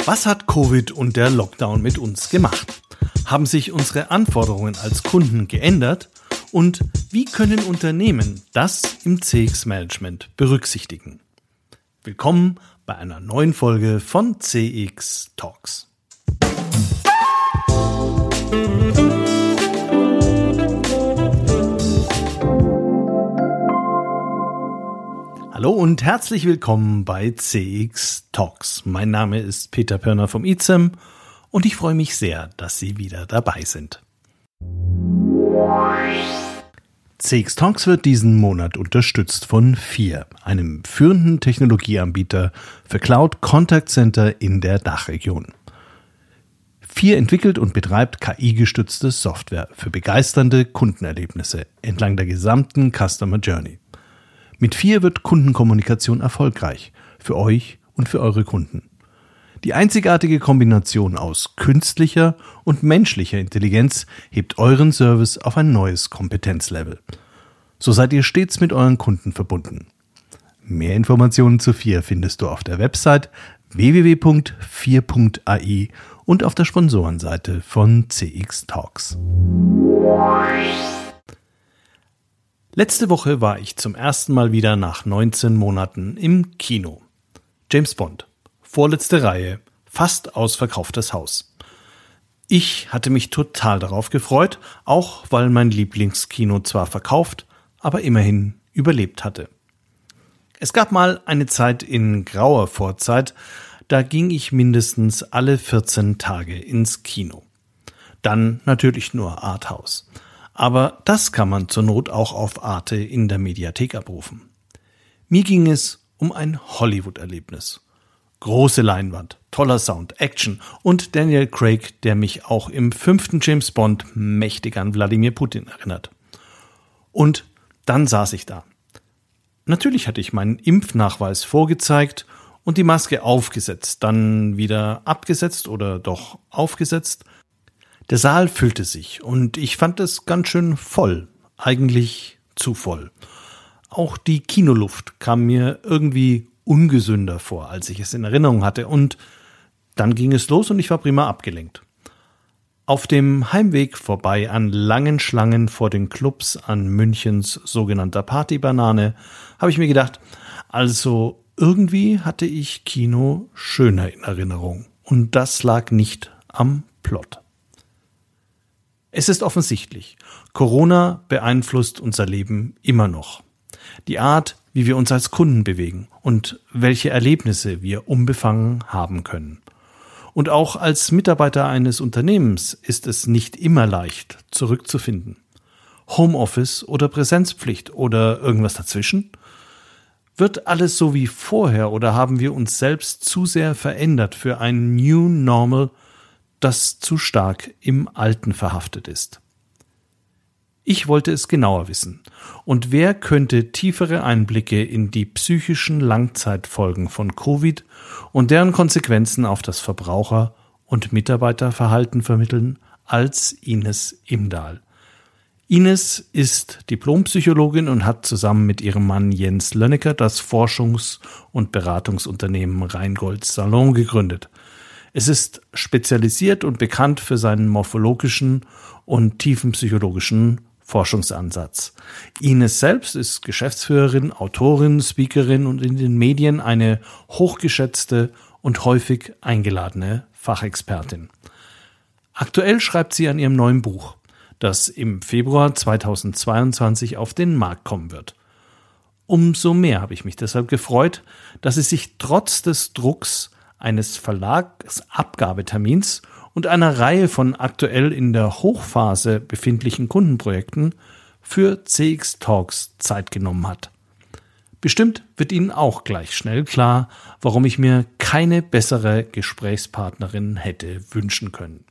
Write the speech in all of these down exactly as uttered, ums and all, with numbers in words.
Was hat Covid und der Lockdown mit uns gemacht? Haben sich unsere Anforderungen als Kunden geändert? Und wie können Unternehmen das im C X-Management berücksichtigen? Willkommen bei einer neuen Folge von C X Talks. Hallo und herzlich willkommen bei C X Talks. Mein Name ist Peter Pörner vom I Z E M und ich freue mich sehr, dass Sie wieder dabei sind. C X Talks wird diesen Monat unterstützt von vier, einem führenden Technologieanbieter für Cloud Contact Center in der Dachregion. vier entwickelt und betreibt K I-gestützte Software für begeisternde Kundenerlebnisse entlang der gesamten Customer Journey. Mit vier wird Kundenkommunikation erfolgreich, für euch und für eure Kunden. Die einzigartige Kombination aus künstlicher und menschlicher Intelligenz hebt euren Service auf ein neues Kompetenzlevel. So seid ihr stets mit euren Kunden verbunden. Mehr Informationen zu vier findest du auf der Website w w w punkt vier punkt a i und auf der Sponsorenseite von C X Talks. Letzte Woche war ich zum ersten Mal wieder nach neunzehn Monaten im Kino. James Bond, vorletzte Reihe, fast ausverkauftes Haus. Ich hatte mich total darauf gefreut, auch weil mein Lieblingskino zwar verkauft, aber immerhin überlebt hatte. Es gab mal eine Zeit in grauer Vorzeit, da ging ich mindestens alle vierzehn Tage ins Kino. Dann natürlich nur Arthouse. Aber das kann man zur Not auch auf Arte in der Mediathek abrufen. Mir ging es um ein Hollywood-Erlebnis. Große Leinwand, toller Sound, Action und Daniel Craig, der mich auch im fünften James Bond mächtig an Wladimir Putin erinnert. Und dann saß ich da. Natürlich hatte ich meinen Impfnachweis vorgezeigt und die Maske aufgesetzt, dann wieder abgesetzt oder doch aufgesetzt. Der Saal füllte sich und ich fand es ganz schön voll, eigentlich zu voll. Auch die Kinoluft kam mir irgendwie ungesünder vor, als ich es in Erinnerung hatte, und dann ging es los und ich war prima abgelenkt. Auf dem Heimweg vorbei an langen Schlangen vor den Clubs an Münchens sogenannter Partybanane habe ich mir gedacht, also irgendwie hatte ich Kino schöner in Erinnerung und das lag nicht am Plot. Es ist offensichtlich, Corona beeinflusst unser Leben immer noch. Die Art, wie wir uns als Kunden bewegen und welche Erlebnisse wir unbefangen haben können. Und auch als Mitarbeiter eines Unternehmens ist es nicht immer leicht, zurückzufinden. Homeoffice oder Präsenzpflicht oder irgendwas dazwischen? Wird alles so wie vorher oder haben wir uns selbst zu sehr verändert für ein New Normal, das zu stark im Alten verhaftet ist? Ich wollte es genauer wissen. Und wer könnte tiefere Einblicke in die psychischen Langzeitfolgen von Covid und deren Konsequenzen auf das Verbraucher- und Mitarbeiterverhalten vermitteln als Ines Imdahl? Ines ist Diplompsychologin und hat zusammen mit ihrem Mann Jens Lönnecker das Forschungs- und Beratungsunternehmen Rheingold Salon gegründet. Es ist spezialisiert und bekannt für seinen morphologischen und tiefenpsychologischen Forschungsansatz. Ines selbst ist Geschäftsführerin, Autorin, Speakerin und in den Medien eine hochgeschätzte und häufig eingeladene Fachexpertin. Aktuell schreibt sie an ihrem neuen Buch, das im Februar zweitausendzweiundzwanzig auf den Markt kommen wird. Umso mehr habe ich mich deshalb gefreut, dass sie sich trotz des Drucks eines Verlagsabgabetermins und einer Reihe von aktuell in der Hochphase befindlichen Kundenprojekten für C X Talks Zeit genommen hat. Bestimmt wird Ihnen auch gleich schnell klar, warum ich mir keine bessere Gesprächspartnerin hätte wünschen können.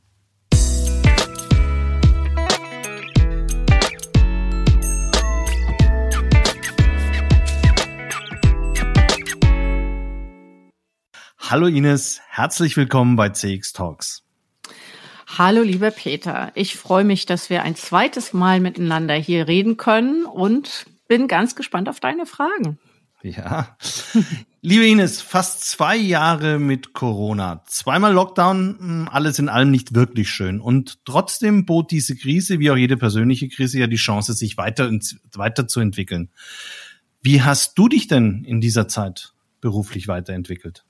Hallo Ines, herzlich willkommen bei C X Talks. Hallo lieber Peter, ich freue mich, dass wir ein zweites Mal miteinander hier reden können und bin ganz gespannt auf deine Fragen. Ja. Liebe Ines, fast zwei Jahre mit Corona. Zweimal Lockdown, alles in allem nicht wirklich schön. Und trotzdem bot diese Krise, wie auch jede persönliche Krise, ja die Chance, sich weiter, weiterzuentwickeln. Wie hast du dich denn in dieser Zeit beruflich weiterentwickelt?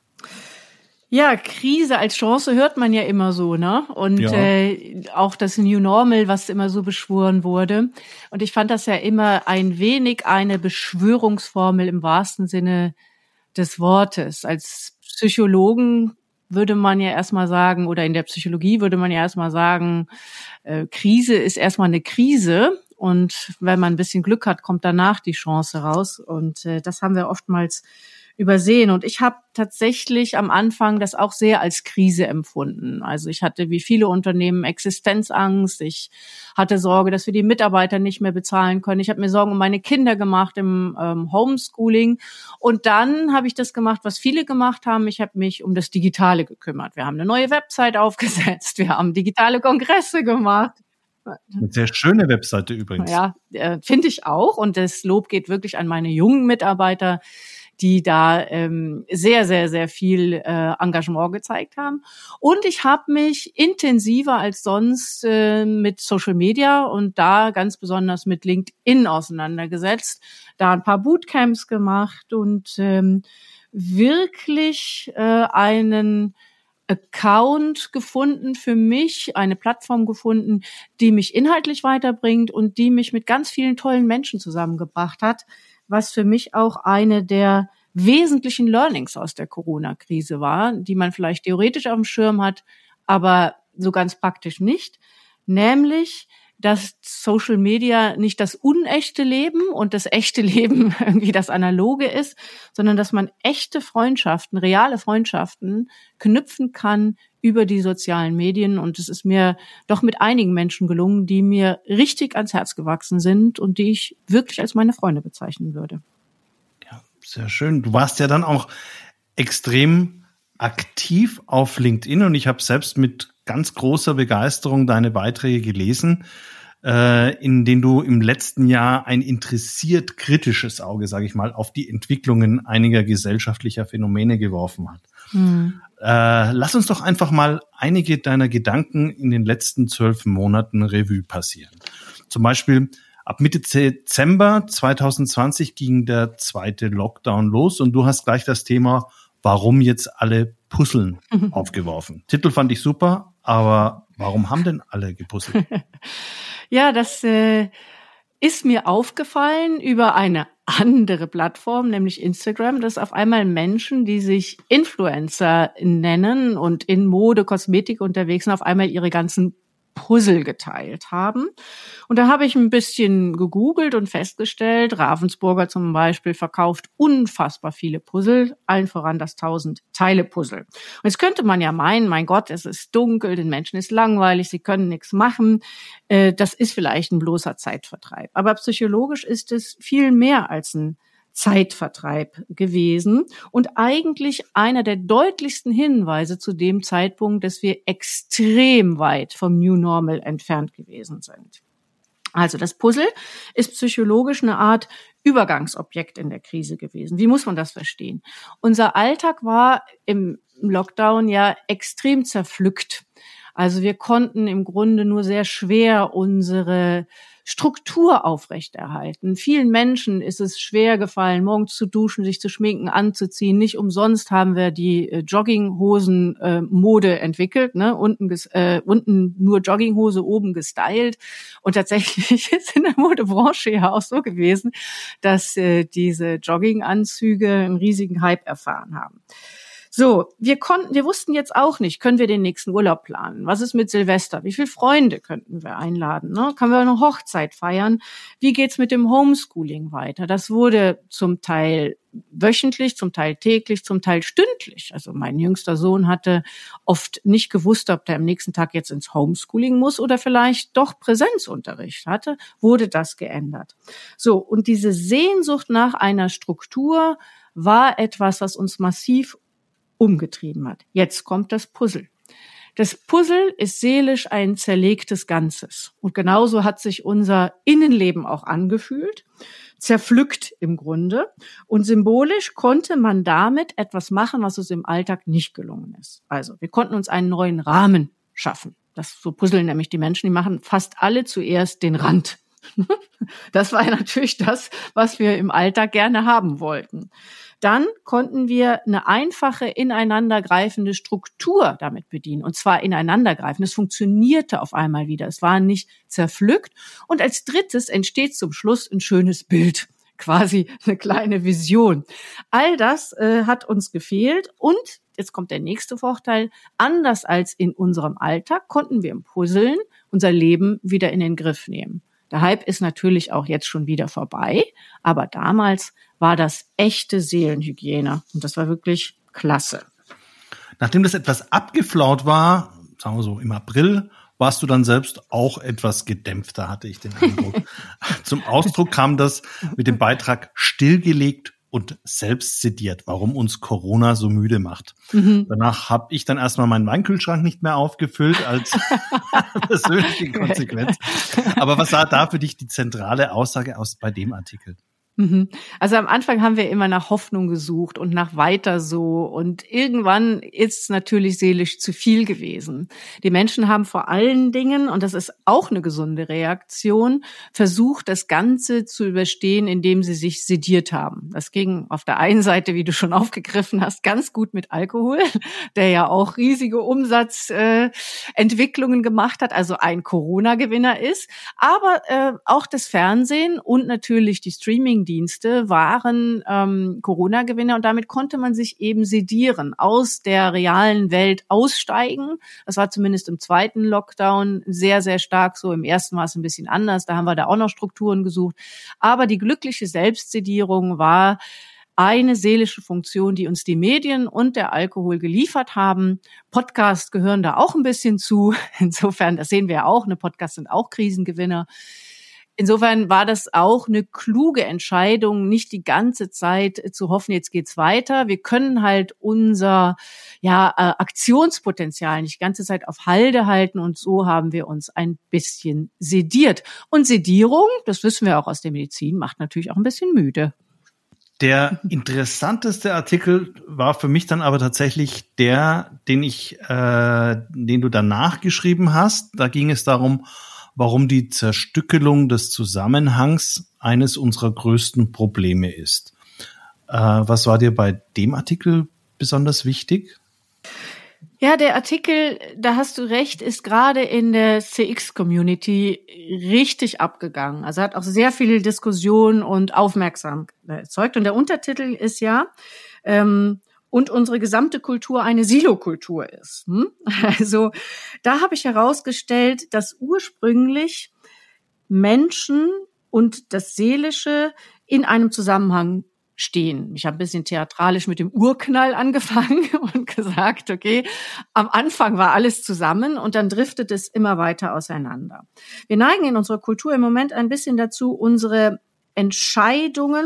Ja, Krise als Chance hört man ja immer so, ne? Und ja. äh, auch das New Normal, was immer so beschworen wurde. Und ich fand das ja immer ein wenig eine Beschwörungsformel im wahrsten Sinne des Wortes. Als Psychologen würde man ja erstmal sagen, oder in der Psychologie würde man ja erstmal sagen, äh, Krise ist erstmal eine Krise. Und wenn man ein bisschen Glück hat, kommt danach die Chance raus. Und äh, das haben wir oftmals übersehen. Und ich habe tatsächlich am Anfang das auch sehr als Krise empfunden. Also ich hatte wie viele Unternehmen Existenzangst. Ich hatte Sorge, dass wir die Mitarbeiter nicht mehr bezahlen können. Ich habe mir Sorgen um meine Kinder gemacht im ähm, Homeschooling. Und dann habe ich das gemacht, was viele gemacht haben. Ich habe mich um das Digitale gekümmert. Wir haben eine neue Website aufgesetzt. Wir haben digitale Kongresse gemacht. Eine sehr schöne Webseite übrigens. Ja, äh, finde ich auch. Und das Lob geht wirklich an meine jungen Mitarbeiter, die da ähm, sehr, sehr, sehr viel äh, Engagement gezeigt haben. Und ich habe mich intensiver als sonst äh, mit Social Media und da ganz besonders mit LinkedIn auseinandergesetzt, da ein paar Bootcamps gemacht und ähm, wirklich äh, einen Account gefunden für mich, eine Plattform gefunden, die mich inhaltlich weiterbringt und die mich mit ganz vielen tollen Menschen zusammengebracht hat, was für mich auch eine der wesentlichen Learnings aus der Corona-Krise war, die man vielleicht theoretisch auf dem Schirm hat, aber so ganz praktisch nicht, nämlich, dass Social Media nicht das unechte Leben und das echte Leben irgendwie das Analoge ist, sondern dass man echte Freundschaften, reale Freundschaften knüpfen kann über die sozialen Medien. Und es ist mir doch mit einigen Menschen gelungen, die mir richtig ans Herz gewachsen sind und die ich wirklich als meine Freunde bezeichnen würde. Ja, sehr schön. Du warst ja dann auch extrem aktiv auf LinkedIn und ich habe selbst mit ganz großer Begeisterung deine Beiträge gelesen, äh, in denen du im letzten Jahr ein interessiert kritisches Auge, sage ich mal, auf die Entwicklungen einiger gesellschaftlicher Phänomene geworfen hast. Hm. Äh, lass uns doch einfach mal einige deiner Gedanken in den letzten zwölf Monaten Revue passieren. Zum Beispiel ab Mitte Dezember zwanzig zwanzig ging der zweite Lockdown los und du hast gleich das Thema Warum jetzt alle puzzeln mhm. aufgeworfen. Titel fand ich super, aber warum haben denn alle gepuzzelt? Ja, das äh, ist mir aufgefallen über eine andere Plattform, nämlich Instagram, dass auf einmal Menschen, die sich Influencer nennen und in Mode, Kosmetik unterwegs sind, auf einmal ihre ganzen Puzzle geteilt haben. Und da habe ich ein bisschen gegoogelt und festgestellt, Ravensburger zum Beispiel verkauft unfassbar viele Puzzle, allen voran das tausend-Teile-Puzzle. Und jetzt könnte man ja meinen, mein Gott, es ist dunkel, den Menschen ist langweilig, sie können nichts machen. Das ist vielleicht ein bloßer Zeitvertreib. Aber psychologisch ist es viel mehr als ein Zeitvertreib gewesen und eigentlich einer der deutlichsten Hinweise zu dem Zeitpunkt, dass wir extrem weit vom New Normal entfernt gewesen sind. Also das Puzzle ist psychologisch eine Art Übergangsobjekt in der Krise gewesen. Wie muss man das verstehen? Unser Alltag war im Lockdown ja extrem zerpflückt. Also wir konnten im Grunde nur sehr schwer unsere Struktur aufrechterhalten. Vielen Menschen ist es schwer gefallen, morgens zu duschen, sich zu schminken, anzuziehen. Nicht umsonst haben wir die äh, Jogginghosen-Mode äh, entwickelt, ne? Unten, ges- äh, unten nur Jogginghose, oben gestylt. Und tatsächlich ist in der Modebranche ja auch so gewesen, dass äh, diese Jogginganzüge einen riesigen Hype erfahren haben. So, wir konnten, wir wussten jetzt auch nicht, können wir den nächsten Urlaub planen? Was ist mit Silvester? Wie viele Freunde könnten wir einladen? Ne? Können wir eine Hochzeit feiern? Wie geht's mit dem Homeschooling weiter? Das wurde zum Teil wöchentlich, zum Teil täglich, zum Teil stündlich. Also mein jüngster Sohn hatte oft nicht gewusst, ob der am nächsten Tag jetzt ins Homeschooling muss oder vielleicht doch Präsenzunterricht hatte. Wurde das geändert? So, und diese Sehnsucht nach einer Struktur war etwas, was uns massiv umgetrieben hat. Jetzt kommt das Puzzle. Das Puzzle ist seelisch ein zerlegtes Ganzes. Und genauso hat sich unser Innenleben auch angefühlt. Zerpflückt im Grunde. Und symbolisch konnte man damit etwas machen, was uns im Alltag nicht gelungen ist. Also wir konnten uns einen neuen Rahmen schaffen. Das so puzzeln nämlich die Menschen, die machen fast alle zuerst den Rand. Das war natürlich das, was wir im Alltag gerne haben wollten. Dann konnten wir eine einfache, ineinandergreifende Struktur damit bedienen. Und zwar ineinandergreifend. Es funktionierte auf einmal wieder. Es war nicht zerpflückt. Und als drittes entsteht zum Schluss ein schönes Bild. Quasi eine kleine Vision. All das äh, hat uns gefehlt. Und jetzt kommt der nächste Vorteil. Anders als in unserem Alltag konnten wir im Puzzeln unser Leben wieder in den Griff nehmen. Der Hype ist natürlich auch jetzt schon wieder vorbei, aber damals war das echte Seelenhygiene und das war wirklich klasse. Nachdem das etwas abgeflaut war, sagen wir so im April, warst du dann selbst auch etwas gedämpfter, hatte ich den Eindruck. Zum Ausdruck kam das mit dem Beitrag Stillgelegt und selbst sediert, warum uns Corona so müde macht. Mhm. Danach habe ich dann erstmal meinen Weinkühlschrank nicht mehr aufgefüllt als persönliche Konsequenz. Aber was war da für dich die zentrale Aussage aus bei dem Artikel? Also am Anfang haben wir immer nach Hoffnung gesucht und nach weiter so und irgendwann ist es natürlich seelisch zu viel gewesen. Die Menschen haben vor allen Dingen, und das ist auch eine gesunde Reaktion, versucht, das Ganze zu überstehen, indem sie sich sediert haben. Das ging auf der einen Seite, wie du schon aufgegriffen hast, ganz gut mit Alkohol, der ja auch riesige Umsatzentwicklungen äh, gemacht hat, also ein Corona-Gewinner ist, aber äh, auch das Fernsehen und natürlich die Streaming Dienste waren ähm, Corona-Gewinner und damit konnte man sich eben sedieren, aus der realen Welt aussteigen. Das war zumindest im zweiten Lockdown sehr, sehr stark so. Im ersten war es ein bisschen anders, da haben wir da auch noch Strukturen gesucht. Aber die glückliche Selbstsedierung war eine seelische Funktion, die uns die Medien und der Alkohol geliefert haben. Podcasts gehören da auch ein bisschen zu. Insofern, das sehen wir ja auch, ne, Podcasts sind auch Krisengewinner. Insofern war das auch eine kluge Entscheidung, nicht die ganze Zeit zu hoffen, jetzt geht's weiter. Wir können halt unser ja äh, Aktionspotenzial nicht die ganze Zeit auf Halde halten und so haben wir uns ein bisschen sediert. Und Sedierung, das wissen wir auch aus der Medizin, macht natürlich auch ein bisschen müde. Der interessanteste Artikel war für mich dann aber tatsächlich der, den ich, äh, den du danach geschrieben hast. Da ging es darum, warum die Zerstückelung des Zusammenhangs eines unserer größten Probleme ist. Äh, was war dir bei dem Artikel besonders wichtig? Ja, der Artikel, da hast du recht, ist gerade in der C X-Community richtig abgegangen. Also hat auch sehr viele Diskussionen und Aufmerksamkeit erzeugt. Und der Untertitel ist ja, ähm, und unsere gesamte Kultur eine Silokultur ist. Also da habe ich herausgestellt, dass ursprünglich Menschen und das Seelische in einem Zusammenhang stehen. Ich habe ein bisschen theatralisch mit dem Urknall angefangen und gesagt, okay, am Anfang war alles zusammen und dann driftet es immer weiter auseinander. Wir neigen in unserer Kultur im Moment ein bisschen dazu, unsere Entscheidungen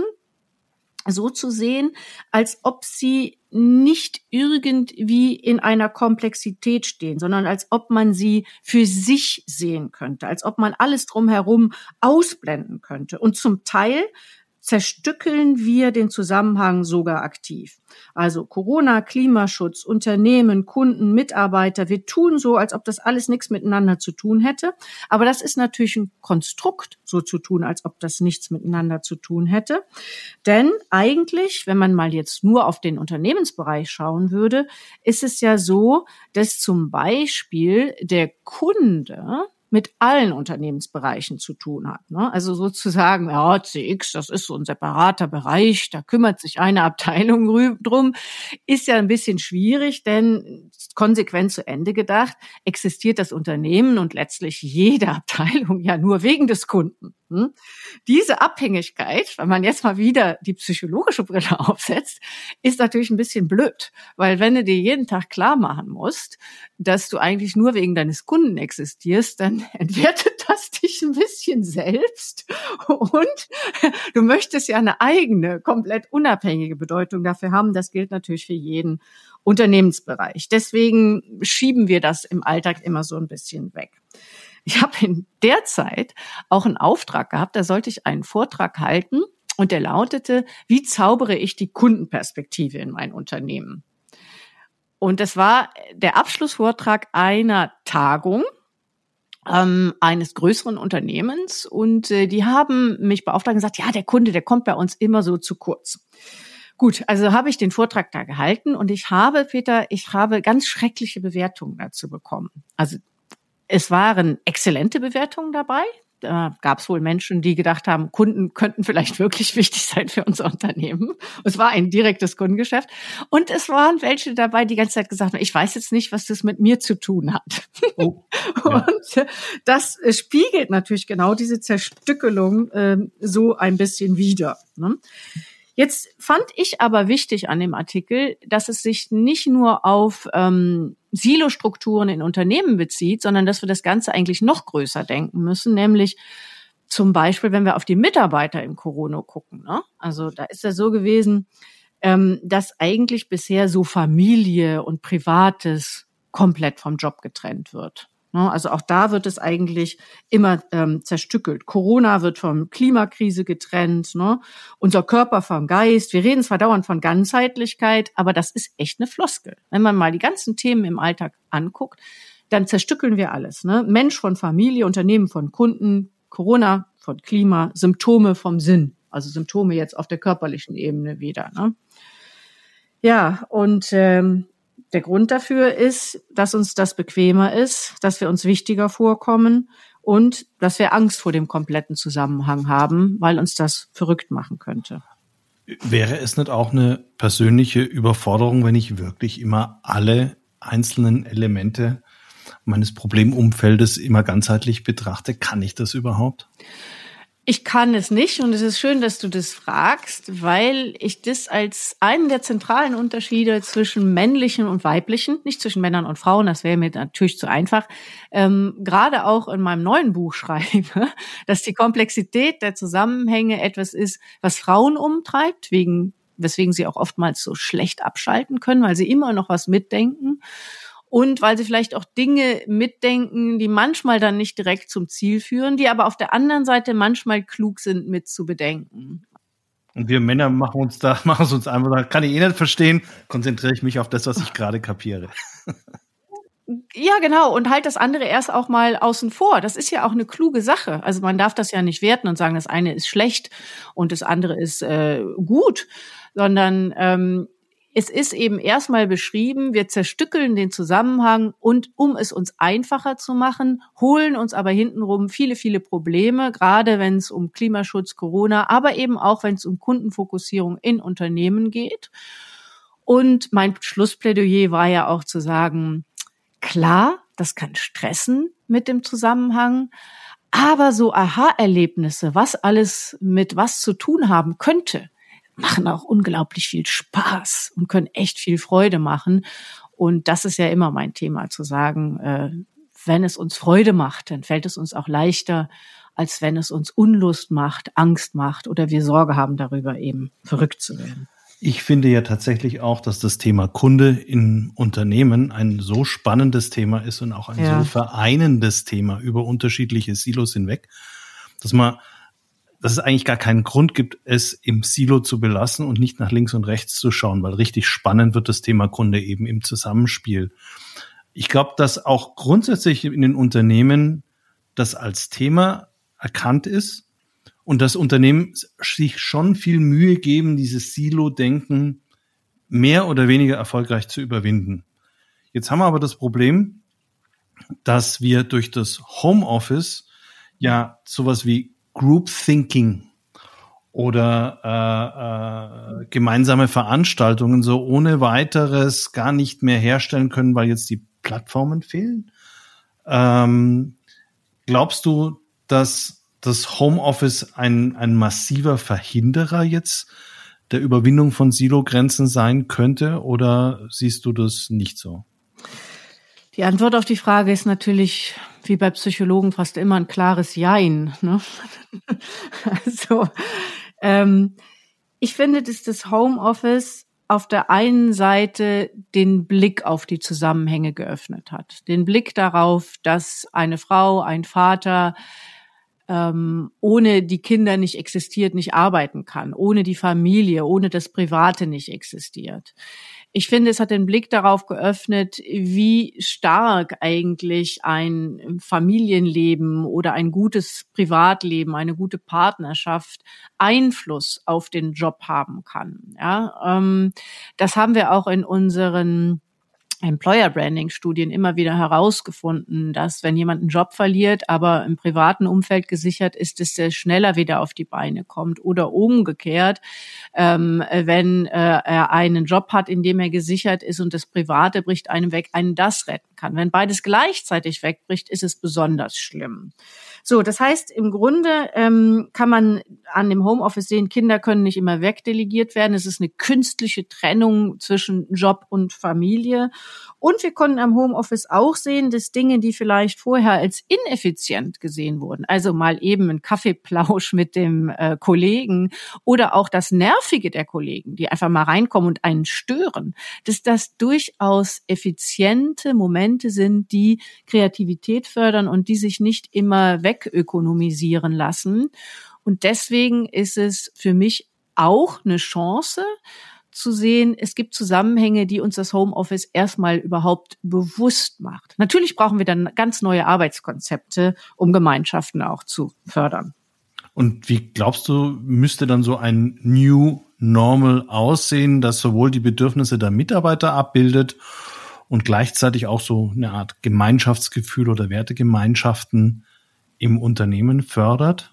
so zu sehen, als ob sie nicht irgendwie in einer Komplexität stehen, sondern als ob man sie für sich sehen könnte, als ob man alles drumherum ausblenden könnte. Und zum Teil zerstückeln wir den Zusammenhang sogar aktiv. Also Corona, Klimaschutz, Unternehmen, Kunden, Mitarbeiter, wir tun so, als ob das alles nichts miteinander zu tun hätte. Aber das ist natürlich ein Konstrukt, so zu tun, als ob das nichts miteinander zu tun hätte. Denn eigentlich, wenn man mal jetzt nur auf den Unternehmensbereich schauen würde, ist es ja so, dass zum Beispiel der Kunde mit allen Unternehmensbereichen zu tun hat. Ne? Also sozusagen, ja, C X, das ist so ein separater Bereich, da kümmert sich eine Abteilung drum, ist ja ein bisschen schwierig, denn konsequent zu Ende gedacht, existiert das Unternehmen und letztlich jede Abteilung ja nur wegen des Kunden. Hm? Diese Abhängigkeit, wenn man jetzt mal wieder die psychologische Brille aufsetzt, ist natürlich ein bisschen blöd, weil wenn du dir jeden Tag klar machen musst, dass du eigentlich nur wegen deines Kunden existierst, dann entwertet das dich ein bisschen selbst und du möchtest ja eine eigene, komplett unabhängige Bedeutung dafür haben. Das gilt natürlich für jeden Unternehmensbereich. Deswegen schieben wir das im Alltag immer so ein bisschen weg. Ich habe in der Zeit auch einen Auftrag gehabt, da sollte ich einen Vortrag halten und der lautete, wie zaubere ich die Kundenperspektive in mein Unternehmen? Und das war der Abschlussvortrag einer Tagung ähm, eines größeren Unternehmens und äh, die haben mich beauftragt und gesagt, ja, der Kunde, der kommt bei uns immer so zu kurz. Gut, also habe ich den Vortrag da gehalten und ich habe, Peter, ich habe ganz schreckliche Bewertungen dazu bekommen. Also es waren exzellente Bewertungen dabei. Da gab es wohl Menschen, die gedacht haben, Kunden könnten vielleicht wirklich wichtig sein für unser Unternehmen. Es war ein direktes Kundengeschäft. Und es waren welche dabei, die die ganze Zeit gesagt haben, ich weiß jetzt nicht, was das mit mir zu tun hat. Oh, ja. Und das spiegelt natürlich genau diese Zerstückelung äh, so ein bisschen wider, ne? Jetzt fand ich aber wichtig an dem Artikel, dass es sich nicht nur auf ähm, Silostrukturen in Unternehmen bezieht, sondern dass wir das Ganze eigentlich noch größer denken müssen, nämlich zum Beispiel, wenn wir auf die Mitarbeiter im Corona gucken, ne? Also da ist ja so gewesen, ähm, dass eigentlich bisher so Familie und Privates komplett vom Job getrennt wird. Also auch da wird es eigentlich immer ähm, zerstückelt. Corona wird von Klimakrise getrennt, ne? Unser Körper vom Geist. Wir reden zwar dauernd von Ganzheitlichkeit, aber das ist echt eine Floskel. Wenn man mal die ganzen Themen im Alltag anguckt, dann zerstückeln wir alles, ne? Mensch von Familie, Unternehmen von Kunden, Corona von Klima, Symptome vom Sinn. Also Symptome jetzt auf der körperlichen Ebene wieder, ne? Ja, und ähm, der Grund dafür ist, dass uns das bequemer ist, dass wir uns wichtiger vorkommen und dass wir Angst vor dem kompletten Zusammenhang haben, weil uns das verrückt machen könnte. Wäre es nicht auch eine persönliche Überforderung, wenn ich wirklich immer alle einzelnen Elemente meines Problemumfeldes immer ganzheitlich betrachte? Kann ich das überhaupt? Ich kann es nicht und es ist schön, dass du das fragst, weil ich das als einen der zentralen Unterschiede zwischen männlichen und weiblichen, nicht zwischen Männern und Frauen, das wäre mir natürlich zu einfach, ähm, gerade auch in meinem neuen Buch schreibe, dass die Komplexität der Zusammenhänge etwas ist, was Frauen umtreibt, wegen, weswegen sie auch oftmals so schlecht abschalten können, weil sie immer noch was mitdenken. Und weil sie vielleicht auch Dinge mitdenken, die manchmal dann nicht direkt zum Ziel führen, die aber auf der anderen Seite manchmal klug sind, mit zu bedenken. Und wir Männer machen uns da, machen es uns einfach, da kann ich eh nicht verstehen, konzentriere ich mich auf das, was ich gerade kapiere. Ja, genau. Und halt das andere erst auch mal außen vor. Das ist ja auch eine kluge Sache. Also man darf das ja nicht werten und sagen, das eine ist schlecht und das andere ist äh, gut, sondern ähm, es ist eben erstmal beschrieben, wir zerstückeln den Zusammenhang und um es uns einfacher zu machen, holen uns aber hintenrum viele, viele Probleme, gerade wenn es um Klimaschutz, Corona, aber eben auch, wenn es um Kundenfokussierung in Unternehmen geht. Und mein Schlussplädoyer war ja auch zu sagen, klar, das kann stressen mit dem Zusammenhang, aber so Aha-Erlebnisse, was alles mit was zu tun haben könnte, machen auch unglaublich viel Spaß und können echt viel Freude machen. Und das ist ja immer mein Thema, zu sagen, äh, wenn es uns Freude macht, dann fällt es uns auch leichter, als wenn es uns Unlust macht, Angst macht oder wir Sorge haben darüber, eben verrückt zu werden. Ich finde ja tatsächlich auch, dass das Thema Kunde in Unternehmen ein so spannendes Thema ist und auch ein ja. so vereinendes Thema über unterschiedliche Silos hinweg, dass man dass es eigentlich gar keinen Grund gibt, es im Silo zu belassen und nicht nach links und rechts zu schauen, weil richtig spannend wird das Thema Kunde eben im Zusammenspiel. Ich glaube, dass auch grundsätzlich in den Unternehmen das als Thema erkannt ist und dass Unternehmen sich schon viel Mühe geben, dieses Silo-Denken mehr oder weniger erfolgreich zu überwinden. Jetzt haben wir aber das Problem, dass wir durch das Homeoffice ja sowas wie Group Thinking oder äh, äh, gemeinsame Veranstaltungen so ohne weiteres gar nicht mehr herstellen können, weil jetzt die Plattformen fehlen. Ähm, glaubst du, dass das Homeoffice ein, ein massiver Verhinderer jetzt der Überwindung von Silo-Grenzen sein könnte, oder siehst du das nicht so? Die Antwort auf die Frage ist natürlich, wie bei Psychologen, fast immer ein klares Jein, ne? Also, ähm, ich finde, dass das Homeoffice auf der einen Seite den Blick auf die Zusammenhänge geöffnet hat. Den Blick darauf, dass eine Frau, ein Vater ähm, ohne die Kinder nicht existiert, nicht arbeiten kann, ohne die Familie, ohne das Private nicht existiert. Ich finde, es hat den Blick darauf geöffnet, wie stark eigentlich ein Familienleben oder ein gutes Privatleben, eine gute Partnerschaft Einfluss auf den Job haben kann. Ja, ähm, das haben wir auch in unseren Employer Branding Studien immer wieder herausgefunden, dass wenn jemand einen Job verliert, aber im privaten Umfeld gesichert ist, dass er schneller wieder auf die Beine kommt, oder umgekehrt, ähm, wenn äh, er einen Job hat, in dem er gesichert ist und das Private bricht einem weg, einen das retten kann. Wenn beides gleichzeitig wegbricht, ist es besonders schlimm. So, das heißt, im Grunde ähm, kann man an dem Homeoffice sehen, Kinder können nicht immer wegdelegiert werden. Es ist eine künstliche Trennung zwischen Job und Familie. Und wir konnten am Homeoffice auch sehen, dass Dinge, die vielleicht vorher als ineffizient gesehen wurden, also mal eben ein Kaffeeplausch mit dem äh, Kollegen oder auch das Nervige der Kollegen, die einfach mal reinkommen und einen stören, dass das durchaus effiziente Momente sind, die Kreativität fördern und die sich nicht immer wegökonomisieren lassen. Und deswegen ist es für mich auch eine Chance zu sehen, es gibt Zusammenhänge, die uns das Homeoffice erstmal überhaupt bewusst macht. Natürlich brauchen wir dann ganz neue Arbeitskonzepte, um Gemeinschaften auch zu fördern. Und wie glaubst du, müsste dann so ein New Normal aussehen, das sowohl die Bedürfnisse der Mitarbeiter abbildet und gleichzeitig auch so eine Art Gemeinschaftsgefühl oder Wertegemeinschaften im Unternehmen fördert?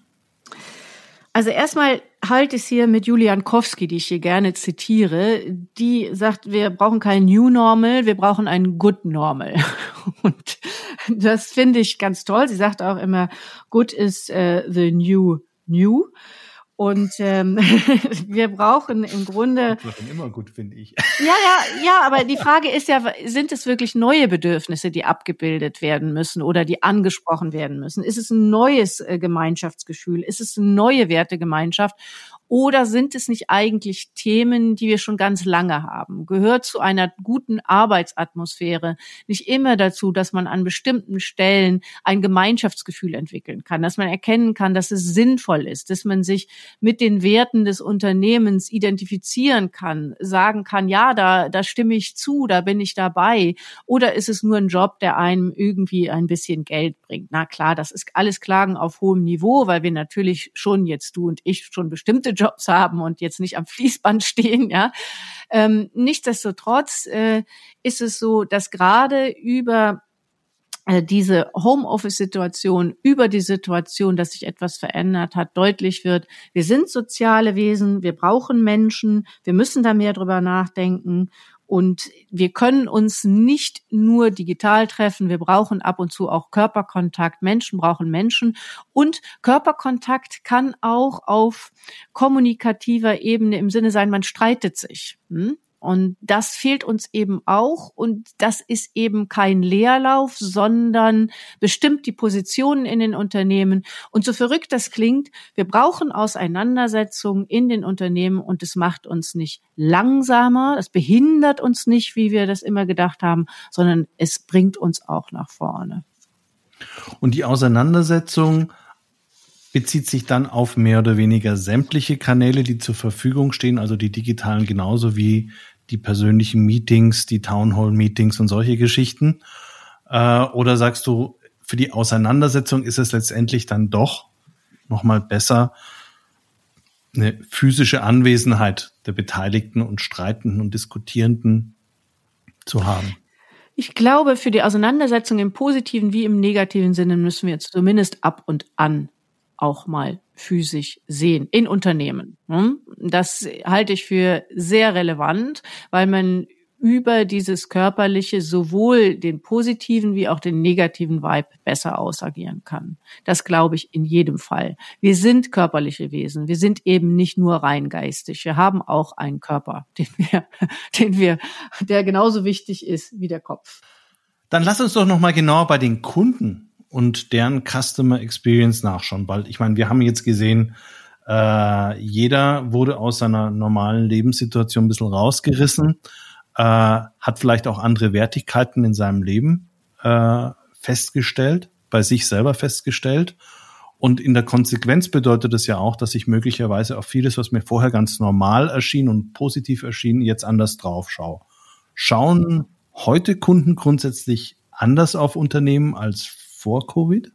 Also erstmal halte ich es hier mit Julia Jankowski, die ich hier gerne zitiere. Die sagt, wir brauchen kein New Normal, wir brauchen ein Good Normal. Und das finde ich ganz toll. Sie sagt auch immer, Good is uh, the new new. Und ähm, wir brauchen im Grunde... Das ist immer gut, finde ich. Ja, ja, ja, aber die Frage ist ja, sind es wirklich neue Bedürfnisse, die abgebildet werden müssen oder die angesprochen werden müssen? Ist es ein neues äh, Gemeinschaftsgefühl? Ist es eine neue Wertegemeinschaft? Oder sind es nicht eigentlich Themen, die wir schon ganz lange haben? Gehört zu einer guten Arbeitsatmosphäre nicht immer dazu, dass man an bestimmten Stellen ein Gemeinschaftsgefühl entwickeln kann, dass man erkennen kann, dass es sinnvoll ist, dass man sich mit den Werten des Unternehmens identifizieren kann, sagen kann, ja, da, da stimme ich zu, da bin ich dabei. Oder ist es nur ein Job, der einem irgendwie ein bisschen Geld bringt? Na klar, das ist alles Klagen auf hohem Niveau, weil wir natürlich schon jetzt, du und ich, schon bestimmte Jobs haben und jetzt nicht am Fließband stehen, ja. Ähm, nichtsdestotrotz äh, ist es so, dass gerade über diese Homeoffice-Situation, über die Situation, dass sich etwas verändert hat, deutlich wird, wir sind soziale Wesen, wir brauchen Menschen, wir müssen da mehr drüber nachdenken und wir können uns nicht nur digital treffen, wir brauchen ab und zu auch Körperkontakt, Menschen brauchen Menschen und Körperkontakt kann auch auf kommunikativer Ebene im Sinne sein, man streitet sich. Hm? Und das fehlt uns eben auch. Und das ist eben kein Leerlauf, sondern bestimmt die Positionen in den Unternehmen. Und so verrückt das klingt, wir brauchen Auseinandersetzungen in den Unternehmen und es macht uns nicht langsamer, es behindert uns nicht, wie wir das immer gedacht haben, sondern es bringt uns auch nach vorne. Und die Auseinandersetzung bezieht sich dann auf mehr oder weniger sämtliche Kanäle, die zur Verfügung stehen, also die digitalen genauso wie die persönlichen Meetings, die Townhall-Meetings und solche Geschichten? Äh, oder sagst du, für die Auseinandersetzung ist es letztendlich dann doch nochmal besser, eine physische Anwesenheit der Beteiligten und Streitenden und Diskutierenden zu haben? Ich glaube, für die Auseinandersetzung im positiven wie im negativen Sinne müssen wir jetzt zumindest ab und an auch mal physisch sehen in Unternehmen. Das halte ich für sehr relevant, weil man über dieses Körperliche sowohl den positiven wie auch den negativen Vibe besser ausagieren kann. Das glaube ich in jedem Fall. Wir sind körperliche Wesen. Wir sind eben nicht nur rein geistig. Wir haben auch einen Körper, den wir, den wir, der genauso wichtig ist wie der Kopf. Dann lass uns doch noch mal genauer bei den Kunden und deren Customer Experience nachschauen, weil ich meine, wir haben jetzt gesehen, Äh, jeder wurde aus seiner normalen Lebenssituation ein bisschen rausgerissen, äh, hat vielleicht auch andere Wertigkeiten in seinem Leben äh, festgestellt, bei sich selber festgestellt. Und in der Konsequenz bedeutet es ja auch, dass ich möglicherweise auf vieles, was mir vorher ganz normal erschien und positiv erschien, jetzt anders drauf schaue. Schauen heute Kunden grundsätzlich anders auf Unternehmen als vor Covid?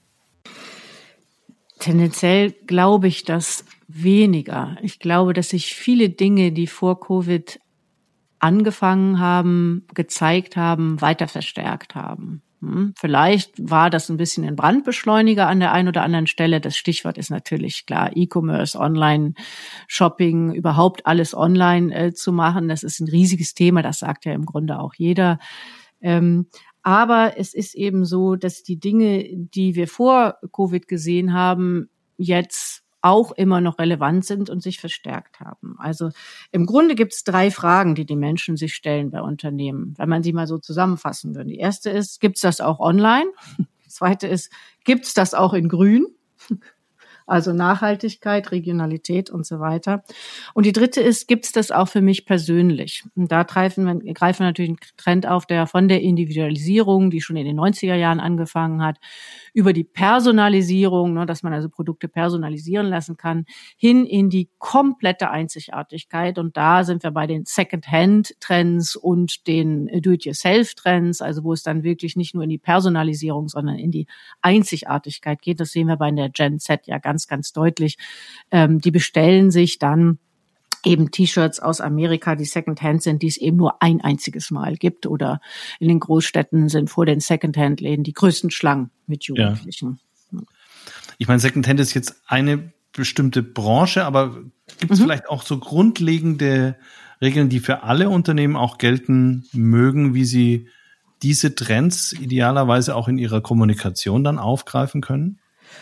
Tendenziell glaube ich das weniger. Ich glaube, dass sich viele Dinge, die vor Covid angefangen haben, gezeigt haben, weiter verstärkt haben. Hm, vielleicht war das ein bisschen ein Brandbeschleuniger an der einen oder anderen Stelle. Das Stichwort ist natürlich klar, E-Commerce, Online-Shopping, überhaupt alles online äh, zu machen. Das ist ein riesiges Thema, das sagt ja im Grunde auch jeder. Ähm, aber es ist eben so, dass die Dinge, die wir vor Covid gesehen haben, jetzt auch immer noch relevant sind und sich verstärkt haben. Also im Grunde gibt es drei Fragen, die die Menschen sich stellen bei Unternehmen, wenn man sie mal so zusammenfassen würde. Die erste ist, gibt es das auch online? Die zweite ist, gibt es das auch in grün? Also Nachhaltigkeit, Regionalität und so weiter. Und die dritte ist, gibt es das auch für mich persönlich? Und da greifen wir, greifen wir natürlich einen Trend auf, der von der Individualisierung, die schon in den neunziger Jahren angefangen hat, über die Personalisierung, ne, dass man also Produkte personalisieren lassen kann, hin in die komplette Einzigartigkeit. Und da sind wir bei den Second-Hand-Trends und den Do-it-yourself-Trends, also wo es dann wirklich nicht nur in die Personalisierung, sondern in die Einzigartigkeit geht. Das sehen wir bei der Gen Z ja ganz, ganz deutlich. Ähm, die bestellen sich dann eben T-Shirts aus Amerika, die Secondhand sind, die es eben nur ein einziges Mal gibt. Oder in den Großstädten sind vor den Secondhand-Läden die größten Schlangen mit Jugendlichen. Ja. Ich meine, Secondhand ist jetzt eine bestimmte Branche, aber gibt es mhm. vielleicht auch so grundlegende Regeln, die für alle Unternehmen auch gelten mögen, wie sie diese Trends idealerweise auch in ihrer Kommunikation dann aufgreifen können?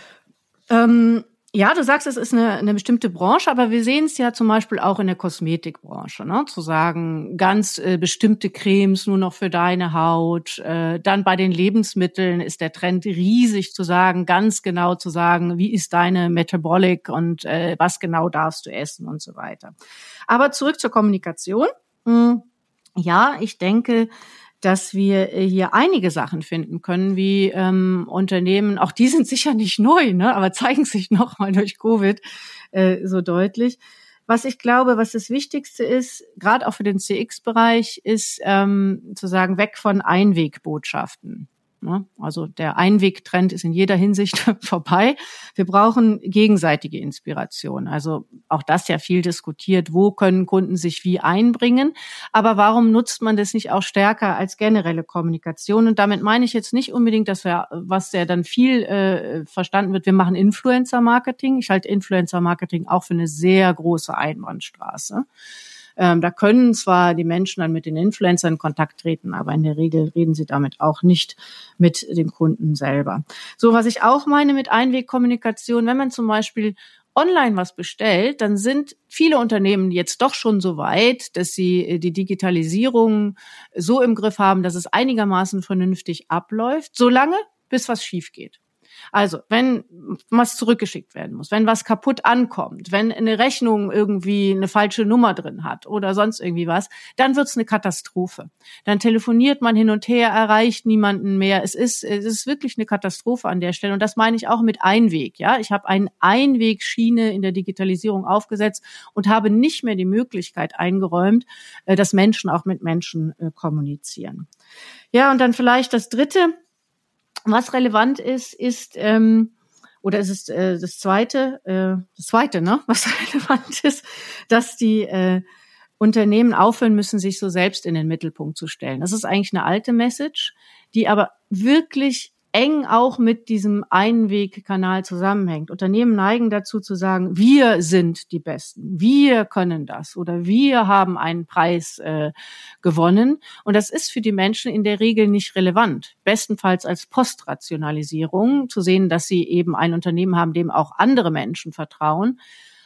Ähm, ja, du sagst, es ist eine, eine bestimmte Branche, aber wir sehen es ja zum Beispiel auch in der Kosmetikbranche, ne? Zu sagen, ganz äh, bestimmte Cremes nur noch für deine Haut. Äh, dann bei den Lebensmitteln ist der Trend riesig zu sagen, ganz genau zu sagen, wie ist deine Metabolic und äh, was genau darfst du essen und so weiter. Aber zurück zur Kommunikation. Hm, ja, ich denke, dass wir hier einige Sachen finden können, wie ähm, Unternehmen, auch die sind sicher nicht neu, ne, aber zeigen sich nochmal durch Covid äh, so deutlich. Was ich glaube, was das Wichtigste ist, gerade auch für den C X-Bereich, ist ähm, zu sagen, weg von Einwegbotschaften. Also der Einwegtrend ist in jeder Hinsicht vorbei. Wir brauchen gegenseitige Inspiration. Also auch das ja viel diskutiert. Wo können Kunden sich wie einbringen? Aber warum nutzt man das nicht auch stärker als generelle Kommunikation? Und damit meine ich jetzt nicht unbedingt, dass wir, was ja dann viel äh, verstanden wird, wir machen Influencer-Marketing. Ich halte Influencer-Marketing auch für eine sehr große Einbahnstraße. Ähm, da können zwar die Menschen dann mit den Influencern in Kontakt treten, aber in der Regel reden sie damit auch nicht mit dem Kunden selber. So, was ich auch meine mit Einwegkommunikation, wenn man zum Beispiel online was bestellt, dann sind viele Unternehmen jetzt doch schon so weit, dass sie die Digitalisierung so im Griff haben, dass es einigermaßen vernünftig abläuft, solange bis was schief geht. Also, wenn was zurückgeschickt werden muss, wenn was kaputt ankommt, wenn eine Rechnung irgendwie eine falsche Nummer drin hat oder sonst irgendwie was, dann wird's eine Katastrophe. Dann telefoniert man hin und her, erreicht niemanden mehr. Es ist, es ist wirklich eine Katastrophe an der Stelle. Und das meine ich auch mit Einweg. Ja, ich habe eine Einwegschiene in der Digitalisierung aufgesetzt und habe nicht mehr die Möglichkeit eingeräumt, dass Menschen auch mit Menschen kommunizieren. Ja, und dann vielleicht das Dritte. Was relevant ist, ist ähm, oder ist es äh, das zweite, äh, das zweite, ne? Was relevant ist, dass die äh, Unternehmen aufhören müssen, sich so selbst in den Mittelpunkt zu stellen. Das ist eigentlich eine alte Message, die aber wirklich eng auch mit diesem Einwegkanal zusammenhängt. Unternehmen neigen dazu zu sagen, wir sind die Besten, wir können das oder wir haben einen Preis äh, gewonnen. Und das ist für die Menschen in der Regel nicht relevant. Bestenfalls als Postrationalisierung zu sehen, dass sie eben ein Unternehmen haben, dem auch andere Menschen vertrauen.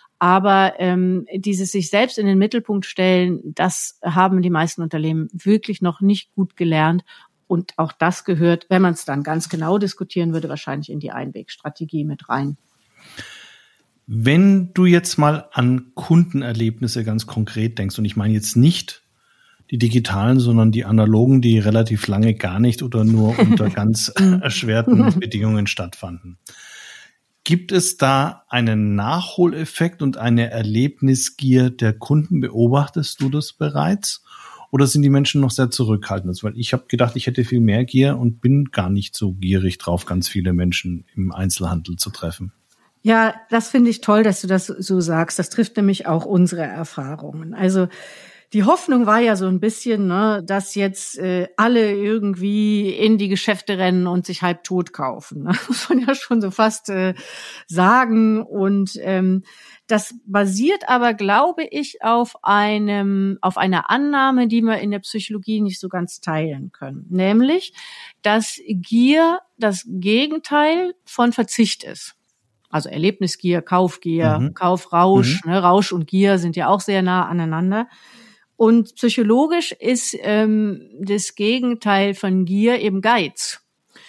Aber ähm, dieses sich selbst in den Mittelpunkt stellen, das haben die meisten Unternehmen wirklich noch nicht gut gelernt. Und auch das gehört, wenn man es dann ganz genau diskutieren würde, wahrscheinlich in die Einwegstrategie mit rein. Wenn du jetzt mal an Kundenerlebnisse ganz konkret denkst, und ich meine jetzt nicht die digitalen, sondern die analogen, die relativ lange gar nicht oder nur unter ganz erschwerten Bedingungen stattfanden. Gibt es da einen Nachholeffekt und eine Erlebnisgier der Kunden? Beobachtest du das bereits? Oder sind die Menschen noch sehr zurückhaltend? Weil ich habe gedacht, ich hätte viel mehr Gier und bin gar nicht so gierig drauf, ganz viele Menschen im Einzelhandel zu treffen. Ja, das finde ich toll, dass du das so sagst. Das trifft nämlich auch unsere Erfahrungen. Also die Hoffnung war ja so ein bisschen, ne, dass jetzt äh, alle irgendwie in die Geschäfte rennen und sich halb tot kaufen. Ne? Muss man ja schon so fast äh, sagen. Und ähm, das basiert aber, glaube ich, auf einem, auf einer Annahme, die wir in der Psychologie nicht so ganz teilen können. Nämlich, dass Gier das Gegenteil von Verzicht ist. Also Erlebnisgier, Kaufgier, mhm. Kaufrausch, mhm. ne, Rausch und Gier sind ja auch sehr nah aneinander. Und psychologisch ist ähm, das Gegenteil von Gier eben Geiz.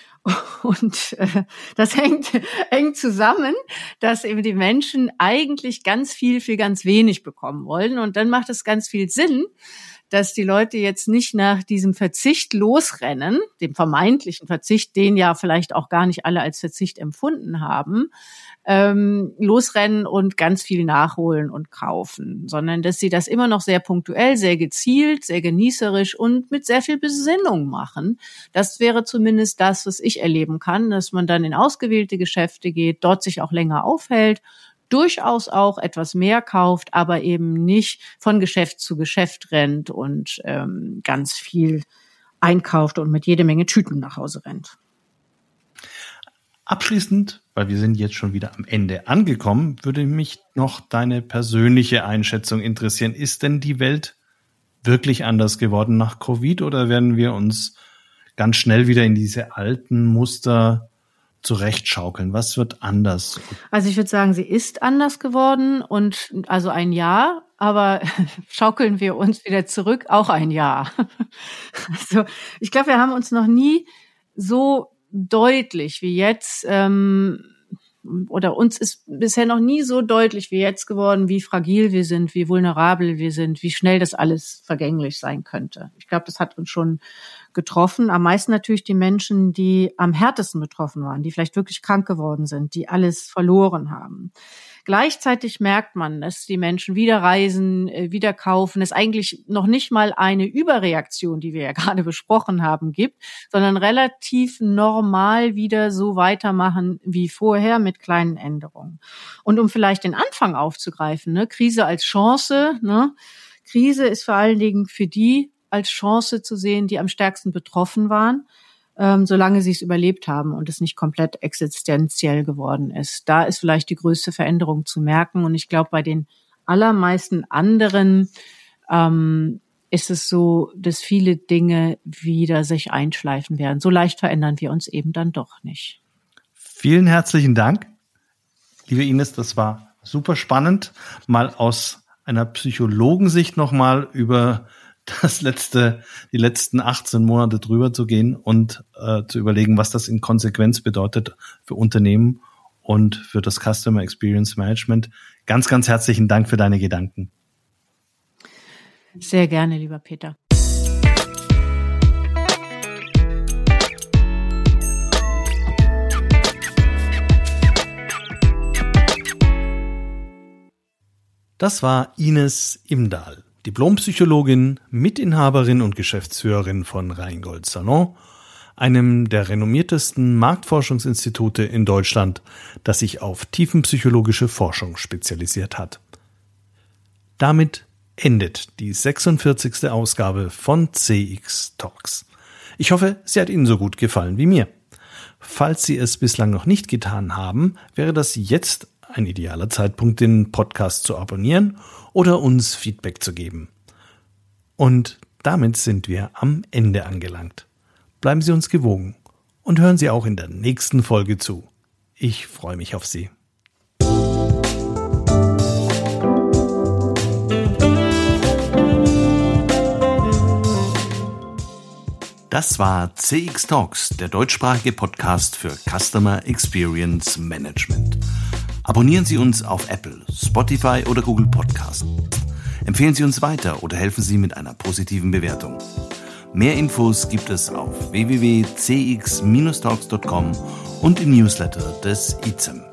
Und äh, das hängt, hängt zusammen, dass eben die Menschen eigentlich ganz viel für ganz wenig bekommen wollen. Und dann macht es ganz viel Sinn, dass die Leute jetzt nicht nach diesem Verzicht losrennen, dem vermeintlichen Verzicht, den ja vielleicht auch gar nicht alle als Verzicht empfunden haben, ähm, losrennen und ganz viel nachholen und kaufen, sondern dass sie das immer noch sehr punktuell, sehr gezielt, sehr genießerisch und mit sehr viel Besinnung machen. Das wäre zumindest das, was ich erleben kann, dass man dann in ausgewählte Geschäfte geht, dort sich auch länger aufhält, durchaus auch etwas mehr kauft, aber eben nicht von Geschäft zu Geschäft rennt und ähm, ganz viel einkauft und mit jede Menge Tüten nach Hause rennt. Abschließend, weil wir sind jetzt schon wieder am Ende angekommen, würde mich noch deine persönliche Einschätzung interessieren. Ist denn die Welt wirklich anders geworden nach Covid oder werden wir uns ganz schnell wieder in diese alten Muster zurechtschaukeln? Was wird anders? Also ich würde sagen, sie ist anders geworden und also ein Jahr, aber schaukeln wir uns wieder zurück, auch ein Jahr. Also ich glaube, wir haben uns noch nie so deutlich wie jetzt, ähm, oder uns ist bisher noch nie so deutlich wie jetzt geworden, wie fragil wir sind, wie vulnerabel wir sind, wie schnell das alles vergänglich sein könnte. Ich glaube, das hat uns schon getroffen. Am meisten natürlich die Menschen, die am härtesten betroffen waren, die vielleicht wirklich krank geworden sind, die alles verloren haben. Gleichzeitig merkt man, dass die Menschen wieder reisen, wieder kaufen, es eigentlich noch nicht mal eine Überreaktion, die wir ja gerade besprochen haben, gibt, sondern relativ normal wieder so weitermachen wie vorher mit kleinen Änderungen. Und um vielleicht den Anfang aufzugreifen, ne, Krise als Chance, ne, Krise ist vor allen Dingen für die als Chance zu sehen, die am stärksten betroffen waren, ähm, solange sie es überlebt haben und es nicht komplett existenziell geworden ist. Da ist vielleicht die größte Veränderung zu merken. Und ich glaube, bei den allermeisten anderen ähm, ist es so, dass viele Dinge wieder sich einschleifen werden. So leicht verändern wir uns eben dann doch nicht. Vielen herzlichen Dank, liebe Ines. Das war super spannend, mal aus einer Psychologensicht nochmal über das letzte, die letzten achtzehn Monate drüber zu gehen und äh, zu überlegen, was das in Konsequenz bedeutet für Unternehmen und für das Customer Experience Management. Ganz, ganz herzlichen Dank für deine Gedanken. Sehr gerne, lieber Peter. Das war Ines Imdahl, Diplompsychologin, Mitinhaberin und Geschäftsführerin von Rheingold Salon, einem der renommiertesten Marktforschungsinstitute in Deutschland, das sich auf tiefenpsychologische Forschung spezialisiert hat. Damit endet die sechsundvierzigste Ausgabe von C X Talks. Ich hoffe, sie hat Ihnen so gut gefallen wie mir. Falls Sie es bislang noch nicht getan haben, wäre das jetzt ein idealer Zeitpunkt, den Podcast zu abonnieren oder uns Feedback zu geben. Und damit sind wir am Ende angelangt. Bleiben Sie uns gewogen und hören Sie auch in der nächsten Folge zu. Ich freue mich auf Sie. Das war C X Talks, der deutschsprachige Podcast für Customer Experience Management. Abonnieren Sie uns auf Apple, Spotify oder Google Podcast. Empfehlen Sie uns weiter oder helfen Sie mit einer positiven Bewertung. Mehr Infos gibt es auf w w w punkt c x Bindestrich talks punkt com und im Newsletter des I Z E M.